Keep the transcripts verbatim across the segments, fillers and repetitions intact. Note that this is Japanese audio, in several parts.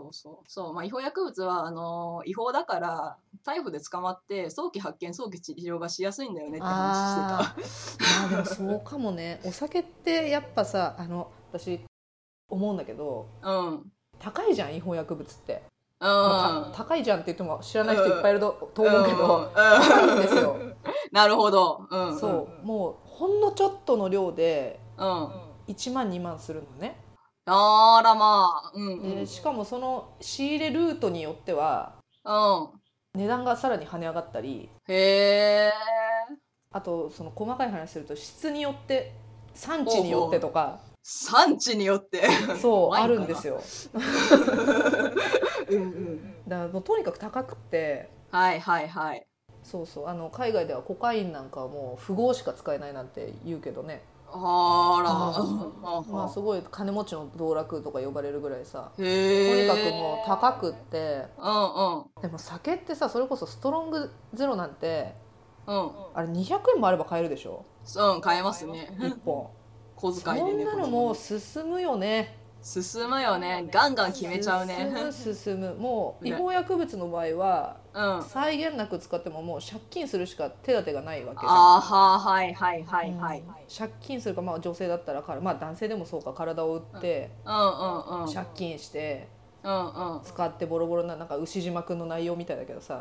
そうそうそう、まあ、違法薬物はあのー違法だから逮捕で捕まって早期発見早期治療がしやすいんだよねって話してた。 あーまあでもそうかもね。お酒ってやっぱさ、あの私思うんだけど、 うんうん高いじゃん違法薬物って、 うんまあ、た高いじゃんって言っても知らない人いっぱいいるととうん思うけど、 うん高いんですよ。 なるほど。うんうんそうもうほんのちょっとの量でうん。 いちまんにまんするのね。 あらまあ。うんうん。 でしかもその仕入れルートによってはうん。 値段がさらに跳ね上がったり、 へえ。 あとその細かい話すると質によって産地によっほうほう。 てとか、 産地によってそうあワインかな。 るんですよ。 うんうん。 だからもうとにかく高くて、 はいはいはい。 そうそうあの海外ではコカインなんかはもう富豪しか使えないなんて言うけどね。 あら。 うん、まあすごい金持ちの道楽とか呼ばれるぐらいさ、 へとにかくえ。 もう高くって。 うんうんでも酒ってさ、それこそストロングゼロなんてうん。 あれにひゃくえんもあれば買えるでしょ、 うん、買えますね。 いっぽん。そ小遣いでね、 んなの子供に。 もう進むよね。 進むよね。ガンガン決めちゃうね。 進む進む。もう違ね。 法薬物の場合はうん。あ際限なく使ってももう借金するしか手立てがないわけじゃん。 あははいはいはいはい。 借金するか、まあ女性だったらから、まあ男性でもそうか、体を売ってうんうんうん。 借金してうんうん。 使ってボロボロな、なんか牛島くんの内容みたいだけどさ。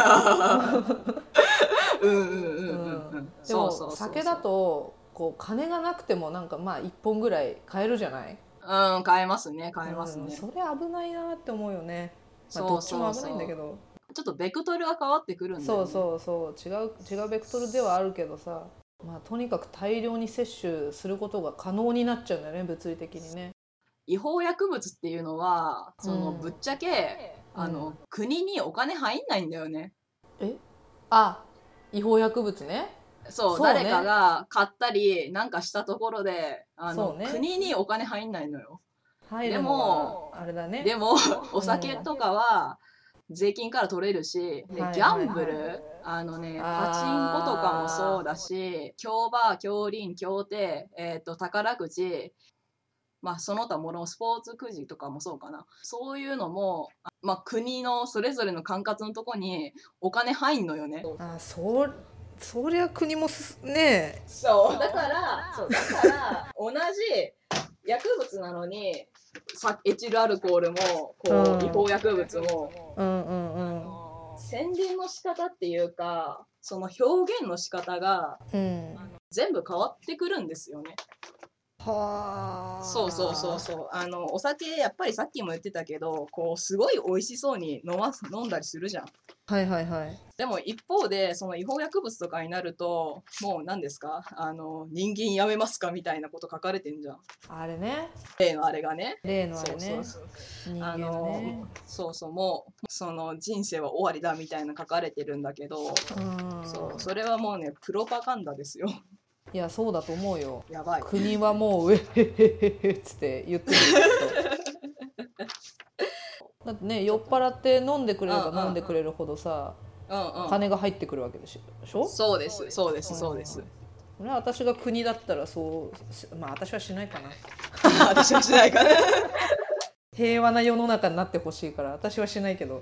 うんうんうんうんうん。 でそうもそうそうそう。 酒だとこう金がなくてもなんかまあいっぽんぐらい買えるじゃない。 うん、買えますね、買えますうん、 ね。 それ危ないなって思うよね。まあどそうっちも危ないんそうそう。 だけど。 ちょっとベクトルが変わってくるんだそうよね。 そうそう、違う違うベクトルではあるけどさ、まあとにかく大量に摂取することが可能になっちゃうんだよね、物理的にね。 違法薬物っていうのは、 うん、 そのぶっちゃけ、あの、 うん、 国にお金入んないんだよね。 えあ違法薬物ね。 そう、 そうね誰かが買ったりなんかしたところで、あの、 そうね、 国にお金入んないのよ。で入るのはも、 あれだね。 でも、おうん、 酒とかは税金から取れるし、で、 はいギャはいはい。 ンブル、あのね、パチンコとかもそうあだし、競馬、競輪、競艇、えっと、宝くじ、まあ、その他ものスポーツくじとかもそうかな。そういうのも、まあ、国のそれぞれの管轄のとこにお金入んのよね。 ーあ、そそりゃ国もすね。 そうだからそうだから同じ薬物なのにさエチルアルコールもうこう違ん法薬物もうんうんうん宣伝の仕方っていうかその表現の仕方がうん。 全部変わってくるんですよね。 はあ。 そうそうそうそう。あのお酒やっぱりさっきも言ってたけどこうすごい美味しそうに飲ま飲んだりするじゃん。 はいはいはい。 でも一方でその違法薬物とかになるともう何ですかあの人間やめますかみたいなこと書かれてんじゃん。 あれね。 例のあれがね。 例のあれね。 そうそうそう。 人間あのね。 そうそうもうその人生は終わりだみたいな書かれてるんだけど、 うん。 そうそれはもうねプロパガンダですよ。 いやそうだと思うよ。 やばい。 国はもうえへへへへっつって言ってるよきっと。だってね、酔っ払って飲んでくれれば飲んでくれるほどさ、 うんうん。 金が入ってくるわけでしょ。 そうですそうですそうです。 これは私が国だったらそうまあ私はしないかな。 私はしないかな。 平和な世の中になってほしいから私はしないけど。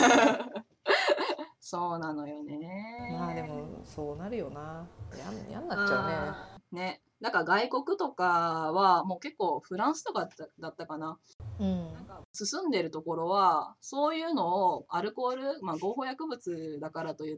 そうなのよね。 まあでもそうなるよな。やんやんなっちゃうね。ね。だから外国とかはもう結構フランスとかだっただったかな。 うね。うん。 進んでるところはそういうのをアルコール、まあ、合法薬物だからといって、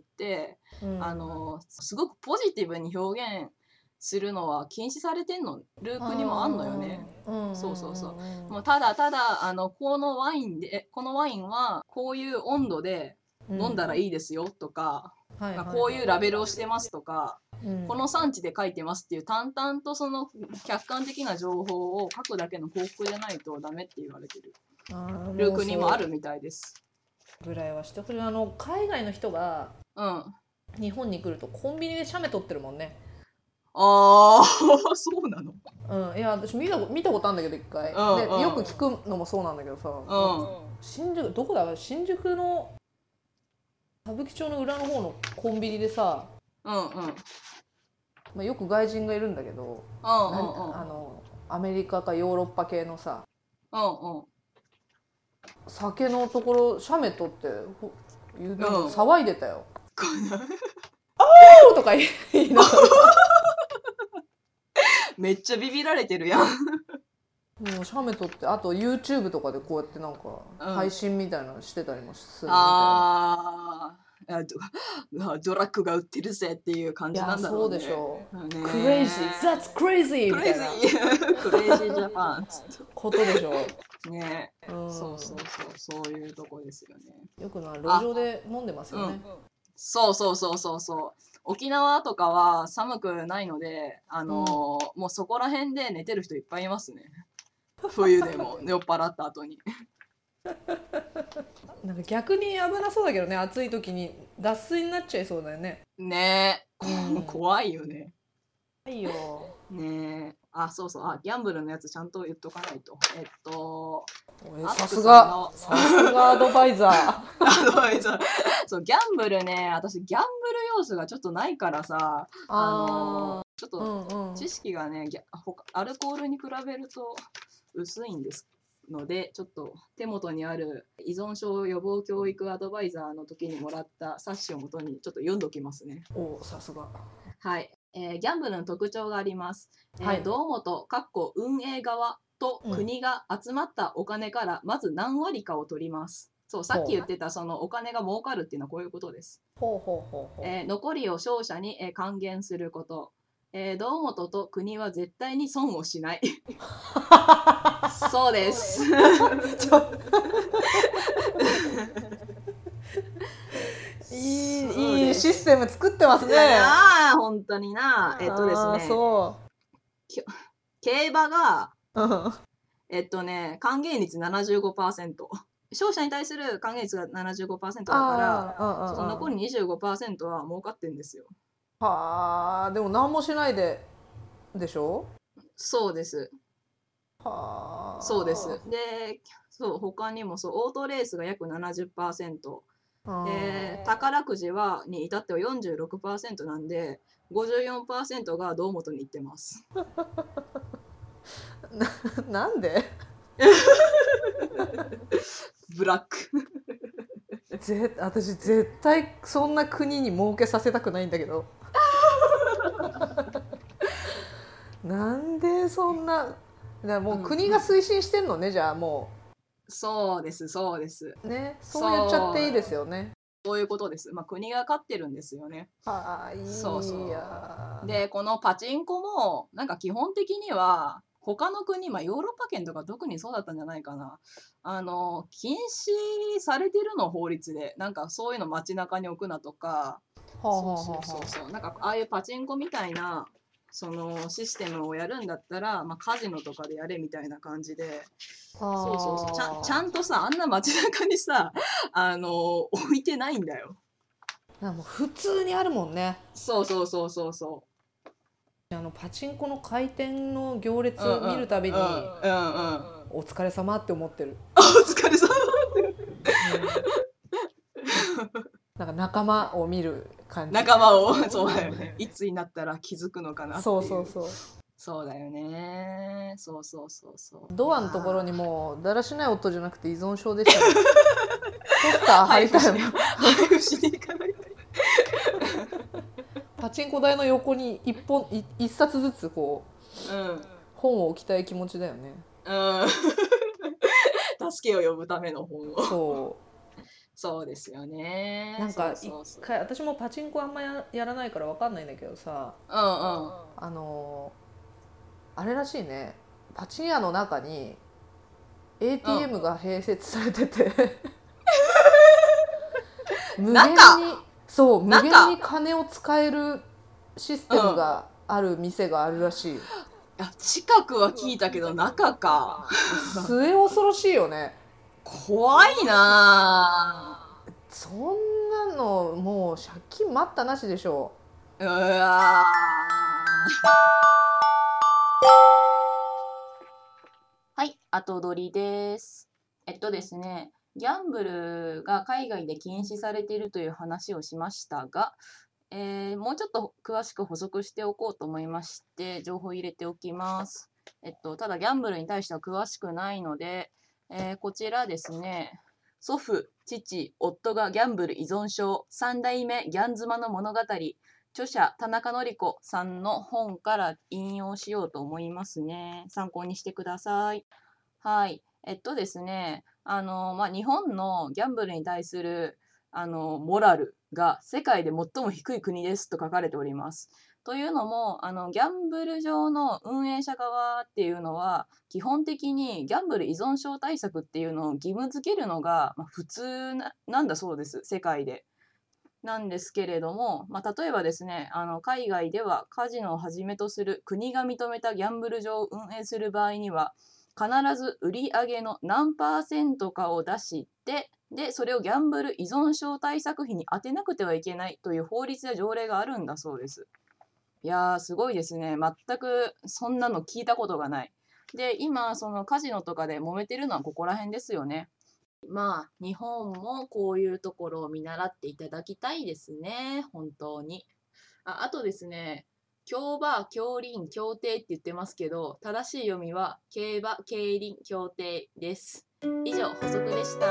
うん、 あのすごくポジティブに表現するのは禁止されてんのる国もあんのよね。そうそうそう。もうただただあのこのワインでこのワインはこういう温度で飲んだらいいですよとか、 はいはいはい、 まあ、こういうラベルをしてますとか、 うん、 この産地で書いてますっていう淡々とその客観的な情報を書くだけの広告じゃないとダメって言われてるる国もあるみたいです。 ぐらいはしてほしい。あの海外の人がうん日本に来るとコンビニで写メ撮ってるもんね。 ああそうなの。 うん、いや私見た見たことあるんだけど一回、 うん、 でうん、 よく聞くのもそうなんだけどさ、 うん、 新宿どこだ新宿の歌舞伎町の裏の方のコンビニでさ、 うんうんまあ、よく外人がいるんだけど、 うんうんうんあのアメリカかヨーロッパ系のさ、 うんうん酒のところ写メ撮ってなんか騒いでたよ、うん、あーとか言いながらめっちゃビビられてるやん。 もう写メ撮って、あと YouTube とかでこうやってなんか配信みたいなのしてたりもするみたいな、うん、 ああド, ドラッグが売ってるぜっていう感じなんだろうね。いやそうでしょ、ね、Crazy That's crazy みたいなクレイジージャパンことでしょね、うん、そうそうそうそういうとこですよね。 よくな路上で飲んでますよね、うん、 そうそうそうそうそう。沖縄とかは寒くないので、あのーうん、もうそこら辺で寝てる人いっぱいいますね。冬でも酔っ払った後になんか逆に危なそうだけどね、暑い時に脱水になっちゃいそうだよね。 ねえ、うん、怖いよね。 怖いよねえ。あ、そうそう、あ、ギャンブルのやつちゃんと言っとかないと。えっとさすがさすがアドバイザーアドバイザーそう、ギャンブルね、私ギャンブル要素がちょっとないからさ、あのちょっと知識がね、うんうん、アルコールに比べると薄いんですので、ちょっと手元にある依存症予防教育アドバイザーの時にもらった冊子をもとにちょっと読んどきますね。 お、さすが。 はい、えー、ギャンブルの特徴があります。はい、えー、堂本かっこ運営側と国が集まったお金からまず何割かを取ります。そう、さっき言ってたそのお金が儲かるっていうのはこういうことです。ほうほうほうほう、えー、残りを商社に、えー、還元すること。えー、堂本と国は絶対に損をしないそうですいいいいシステム作ってますね。 ああ本当にな。えっとですね、そう競馬がえっとね還元率 ななじゅうごパーセント、商社に対する還元率が ななじゅうごパーセント だからその残り にじゅうごパーセント は儲かってんですよ。 はあ、でも何もしないででしょ。 そうです。はあ、そうです。で、そう他にもそうオートレースが約 ななじゅっパーセント、で宝くじはに至っては よんじゅうろくパーセント なんで ごじゅうよんパーセント が堂本に行ってますな, なんでブラックぜ私絶対そんな国に儲けさせたくないんだけどなんでそんな、だからもう国が推進してんのね、うん、じゃあもうそうですそうですね、そう言っちゃっていいですよね。 そういうことです。まあ国が勝ってるんですよね。 ああ、いいや。 そうそうでこのパチンコもなんか基本的には他の国、まあ、ヨーロッパ圏とか特にそうだったんじゃないかな、あの禁止されてるの法律で、なんかそういうの街中に置くなとか、そうそうそうそう、なんかああいうパチンコみたいなそのシステムをやるんだったら、まあ、カジノとかでやれみたいな感じで、そうそうそう、ちゃん、ちゃんとさあんな街中にさあの置いてないんだよ。 もう普通にあるもんね。 そうそうそうそうそう。 あのパチンコの回転の行列見るたびに、お疲れ様って思ってる。 お疲れ様なんか仲間を見る感じ。 仲間をそうだよね。いつになったら気づくのかなっていう。 そうそうそう。 そうだよね。そうそうそうそう。 ドアのところにもうだらしない音じゃなくて依存症でしたね。ポスター貼りたいの。 配布しに行かないと。 パチンコ台の横に一本い一冊ずつこう、うん、本を置きたい気持ちだよね。 うん。助けを呼ぶための本を。そう。そうですよね。 なんか一回私もパチンコあんま や, やらないから分かんないんだけどさ、うんうん、あのあれらしいね、パチン屋の中に エーティーエム が併設されてて、うん、無限にそう無限に金を使えるシステムがある店があるらしい。うん、いや近くは聞いたけど中か末恐ろしいよね。 怖いな。 そんなのもう借金待ったなしでしょう。うわはい、後取りです。えっとですね、ギャンブルが海外で禁止されているという話をしましたが、えー、もうちょっと詳しく補足しておこうと思いまして情報を入れておきます。えっと、ただギャンブルに対しては詳しくないので、 えー、こちらですね、祖父、父、夫がギャンブル依存症、三代目ギャン妻の物語、著者田中典子さんの本から引用しようと思いますね。参考にしてください。はい。えっとですね、あの、まあ、日本のギャンブルに対するあのモラルが世界で最も低い国ですと書かれております。というのも、あのギャンブル場の運営者側っていうのは基本的にギャンブル依存症対策っていうのを義務付けるのが、まあ、普通な、なんだそうです、世界で。なんですけれども、まあ、例えばですね、あの海外ではカジノをはじめとする国が認めたギャンブル場を運営する場合には必ず売上の何パーセントかを出してでそれをギャンブル依存症対策費に充てなくてはいけないという法律や条例があるんだそうです。いやーすごいですね。全くそんなの聞いたことがない。で今そのカジノとかで揉めてるのはここら辺ですよね。まあ日本もこういうところを見習っていただきたいですね、本当に。あ、あとですね、競馬、競輪、競艇って言ってますけど、正しい読みは競馬、競輪、競艇です。以上、補足でした。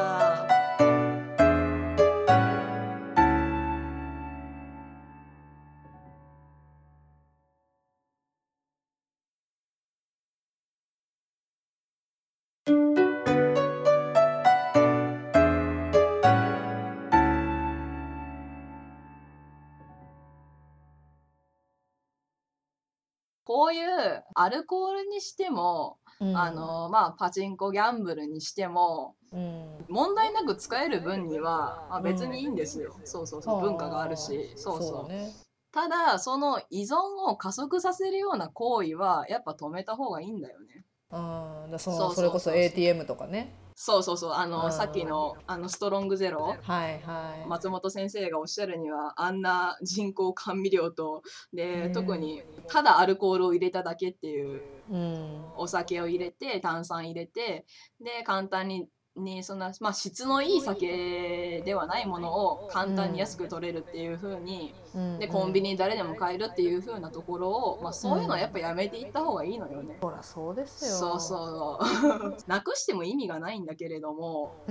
こういうアルコールにしても、うん、あのまあパチンコギャンブルにしても、うん、問題なく使える分には、まあ、別にいいんですよ、うん、そうそうそう、文化があるし、そうそう、ね、ただその依存を加速させるような行為はやっぱ止めた方がいいんだよね。 あだそのそれこそ エーティーエム とかね。 そうそうそう、あのさっきのあのストロングゼロ、 はいはい、 松本先生がおっしゃるにはあんな人工甘味料とで、特にただアルコールを入れただけっていう、うん、お酒を入れて炭酸入れてで簡単ににそんな、まあ、質のいい酒ではないものを簡単に安く取れるっていう風に、うん、でコンビニ誰でも買えるっていう風なところを、まあ、そういうのはやっぱやめていった方がいいのよね。 ほらそうですよ。 そうそうなくしても意味がないんだけれども、うん、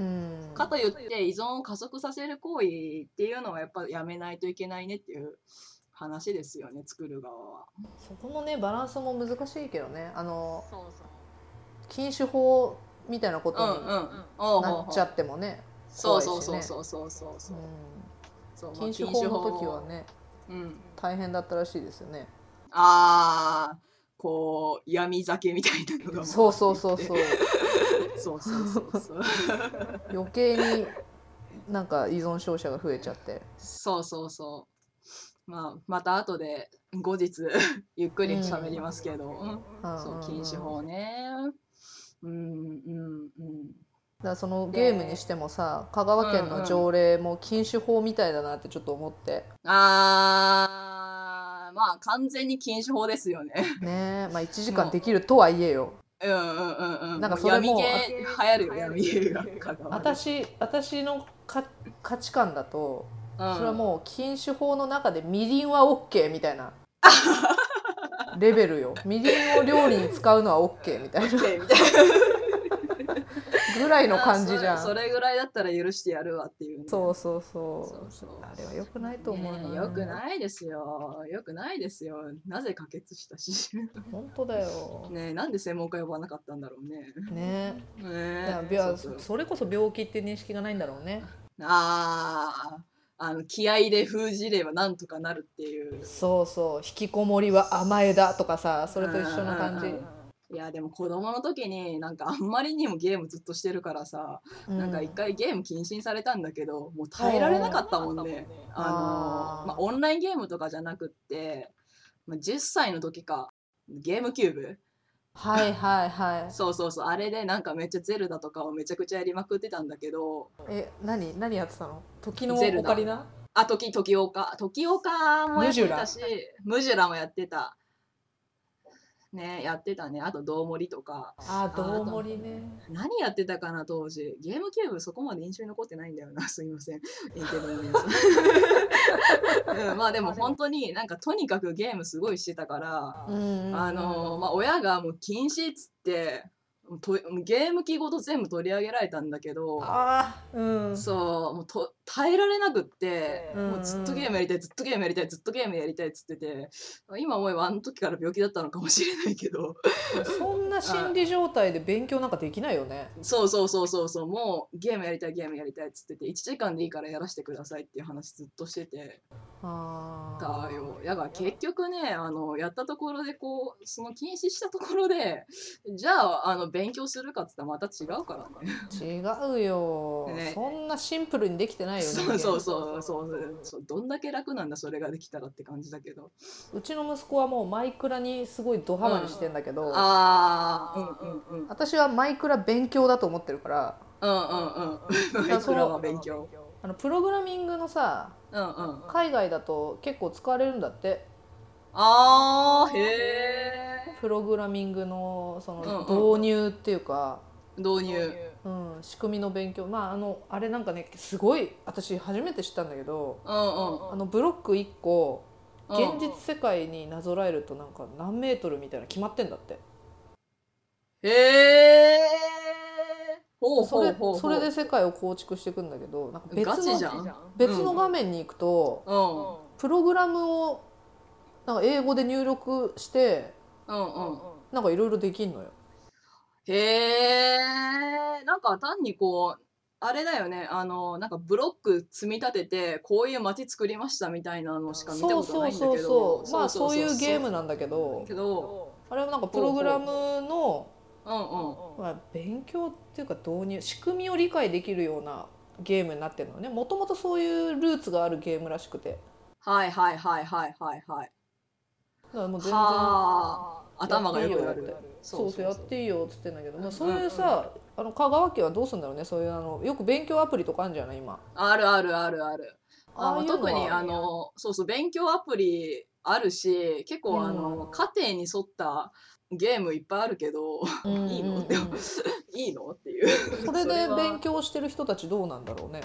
かといって依存を加速させる行為っていうのはやっぱやめないといけないねっていう話ですよね、作る側は。 そこのねバランスも難しいけどね、あのそうそう禁酒法みたいなことになっちゃってもね、 そうそうそうそうそうそうそう、 うん、禁酒法の時はね、うん、大変だったらしいですよね。 ああ、こう闇酒みたいなのがそうそうそうそうそうそうそうそう余計になんか依存症者が増えちゃって、 そうそうそう、まあ、また後で後日ゆっくり喋りますけど、うん、そう禁酒法ね。うんうんうん。 だからそのゲームにしてもさ、香川県の条例も禁酒法みたいだなってちょっと思って、 うんうん、あーまあ完全に禁酒法ですよね。 ねえ、まあいちじかんできるとはいえよ。 うんうんうんうん。 なんかそれも闇ゲー流行るよ、闇ゲーが。 私私のか価値観だと、うん、それはもう禁酒法の中でみりんは OK みたいなレベルよ。みりんを料理に使うのは OK みたいなぐらいの感じじゃん。 そ, それぐらいだったら許してやるわっていう、ね、 そうそうそうそうそう、あれは良くないと思うな、 ね、良くないですよ、良くないですよ。なぜ可決したし本当だよね。なんで専門家呼ばなかったんだろうね。 ねねえ、そうそう、それこそ病気って認識がないんだろうね。 ああ、あの気合で封じればなんとかなるっていう。 そうそう、引きこもりは甘えだとかさ、それと一緒な感じ。 いやでも子供の時になんかあんまりにもゲームずっとしてるからさ、うん、なんか一回ゲーム禁止にされたんだけどもう耐えられなかったもんね。あのまあ、オンラインゲームとかじゃなくって、まあ、じゅっさいの時かゲームキューブ、 はいはいはいそうそうそう、あれでなんかめっちゃゼルダとかをめちゃくちゃやりまくってたんだけど。 え、何何やってたの？時のオカリナ？ あ、時時オカ時オカもやってたし、ムジュラもやってたね、やってたね。あとどうもりとか。 あ、どうもりね。 何やってたかな当時。ゲームキューブそこまで印象に残ってないんだよな。すいません。インテリの皆さん。うん、まあでも本当になんかとにかくゲームすごいしてたから、あのまあ親がもう禁止っつってとゲーム機ごと全部取り上げられたんだけど、 あ、うん、 そうもうと耐えられなくって、うん、もうずっとゲームやりたいずっとゲームやりたいずっとゲームやりたいっつってて、今思えばあの時から病気だったのかもしれないけどそんな心理状態で勉強なんかできないよね。 そうそうそうそうそう、もうゲームやりたいゲームやりたいっつってて、いちじかんでいいからやらせてくださいっていう話ずっとしてて、あだよ。だから結局ね、あのやったところでこうその禁止したところでじゃああの勉強するかっつったらまた違うからね。 違うよ、ね、そんなシンプルにできてないよね。 そうそうそうそうそう、どんだけ楽なんだそれができたらって感じだけど、 うちの息子はもうマイクラにすごいドハマりしてんだけど、うん、 ああ、うんうんうん、 私はマイクラ勉強だと思ってるから、 うんうんうん、マイクラは勉強。 あのプログラミングのさ、うんうん、海外だと結構使われるんだって。 あー、へえ。 プログラミングのその導入っていうか、 うんうん、導入、 うん、仕組みの勉強、まああのあれなんかね、すごい私初めて知ったんだけど、うんうん、あのブロックいっこ現実世界になぞらえるとなんか何メートルみたいな決まってんだって。 へえ。 それそれで世界を構築していくんだけど、なんか別の別の画面に行くと、うん、プログラムをなんか英語で入力して、うんうん、なんかいろいろできんのよ。 へえ。なんか単にこうあれだよね、あのなんかブロック積み立ててこういう街作りましたみたいなのしか見たことないんだけど、 まあそういうゲームなんだけど、けどあれはなんかプログラムのうんうん、まあ、勉強っていうか導入、仕組みを理解できるようなゲームになってるのね。もともとそういうルーツがあるゲームらしくて、 はいはいはいはいはいはい。 だからもう全然頭が良くなる。そうそう、やっていいよっつってんだけど、まあ、そういうさ、うんうん、あの香川家はどうするんだろうね。そういうあのよく勉強アプリとかあるんじゃない今。 あるあるあるある。ああ特にあのそうそう勉強アプリあるし、結構あの、うん、家庭に沿ったゲームいっぱいあるけど、うんうんうん、いいのっていいのっていう。 それで勉強してる人たちどうなんだろうね。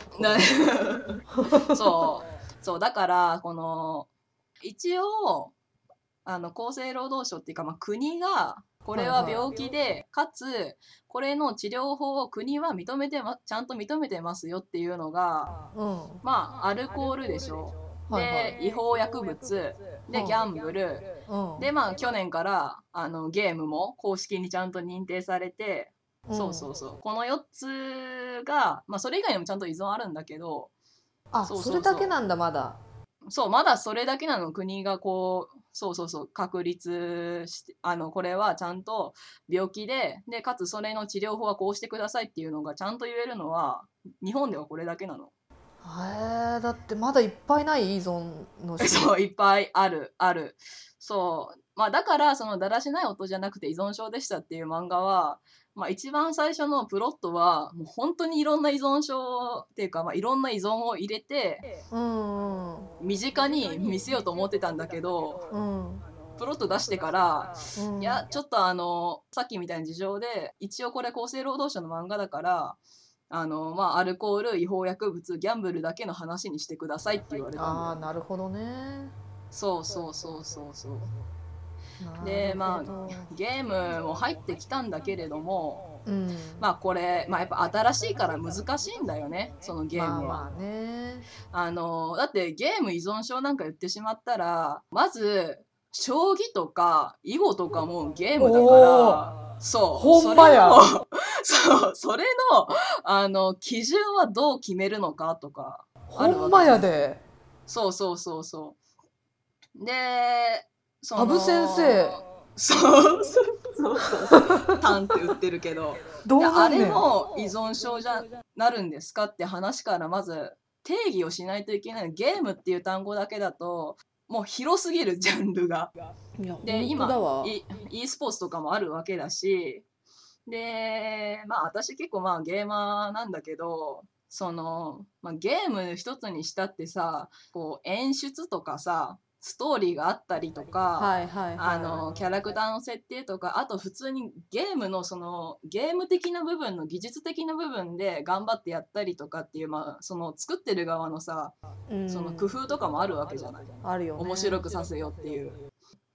そうそう、だからこの一応あの厚生労働省っていうか、まあ、国がこれは病気で、はいはい、かつこれの治療法を国は認めて、ま、ちゃんと認めてますよっていうのが、うん、まあアルコールでしょ、はいはい、で違法薬物でギャンブル、うん、でまあ去年からあのゲームも公式にちゃんと認定されて、うん、そうそうそう、このよっつが、まあ、それ以外にもちゃんと依存あるんだけど、 あ、そうそうそう、それだけなんだまだ。 そうまだそれだけなの、国がこうそうそうそう確立して、あのこれはちゃんと病気で、でかつそれの治療法はこうしてくださいっていうのがちゃんと言えるのは日本ではこれだけなの。 へえ、だってまだいっぱいない依存の人。 そういっぱいあるある。そうまあだからそのだらしない音じゃなくて依存症でしたっていう漫画は、まあ、一番最初のプロットはもう本当にいろんな依存症っていうか、まあ、いろんな依存を入れて、うんうん、身近に見せようと思ってたんだけど、うん、プロット出してから、うん、いやちょっとあのさっきみたいな事情で一応これ厚生労働省の漫画だからあの、まあ、アルコール違法薬物ギャンブルだけの話にしてくださいって言われたんだよ。 ああなるほどね。 そうそうそうそうそう。でまあゲームも入ってきたんだけれども、うん、まあこれ、まあ、やっぱ新しいから難しいんだよねそのゲームは。まあまあね、あのだってゲーム依存症なんか言ってしまったらまず将棋とか囲碁とかもゲームだから、そうほんまやそうそれのあの基準はどう決めるのかとかあるわけ。ほんまやで。 そうそうそうそうでその羽生先生そうそうそうそうタンって売ってるけどどうなんねん、あれも依存症じゃなるんですかって話からまず定義をしないといけない。ゲームっていう単語だけだともう広すぎるジャンルが。で今 e, e スポーツとかもあるわけだし、でまあ私結構まあゲーマーなんだけどその、まあ、ゲーム一つにしたってさこう演出とかさストーリーがあったりとか、はいはいはい、あのキャラクターの設定とかあと普通にゲームのそのゲーム的な部分の技術的な部分で頑張ってやったりとかっていう、まあ、その作ってる側のさ、うん、その工夫とかもあるわけじゃない。 あるよね。 面白くさせようっていう。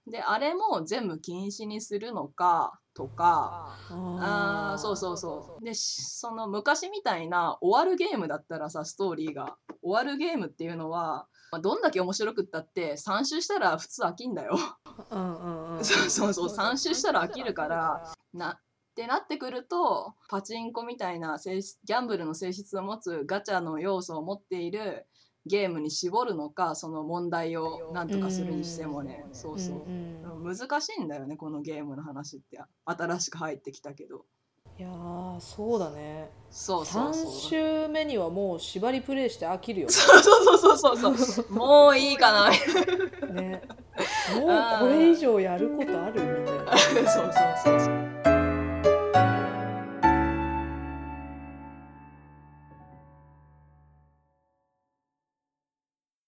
であれも全部禁止にするのかとか、ああそうそうそうでその昔みたいな終わるゲームだったらさ、ストーリーが終わるゲームっていうのは、まあ、どんだけ面白くったってさん周したら普通飽きんだよ。そうそうそうさん周したら飽きるからなってなってくると、パチンコみたいな性質ギャンブルの性質を持つガチャの要素を持っているゲームに絞るのか、その問題を何とかするにしてもね、うそうそう、うんうん、難しいんだよねこのゲームの話って。新しく入ってきたけど。 いやーそうだね。 そうそうそう、 さん周目にはもう縛りプレイして飽きるよね。 そうそうそうそうそうもういいかなね、もうこれ以上やることあるみたいな。 そうそうそうそう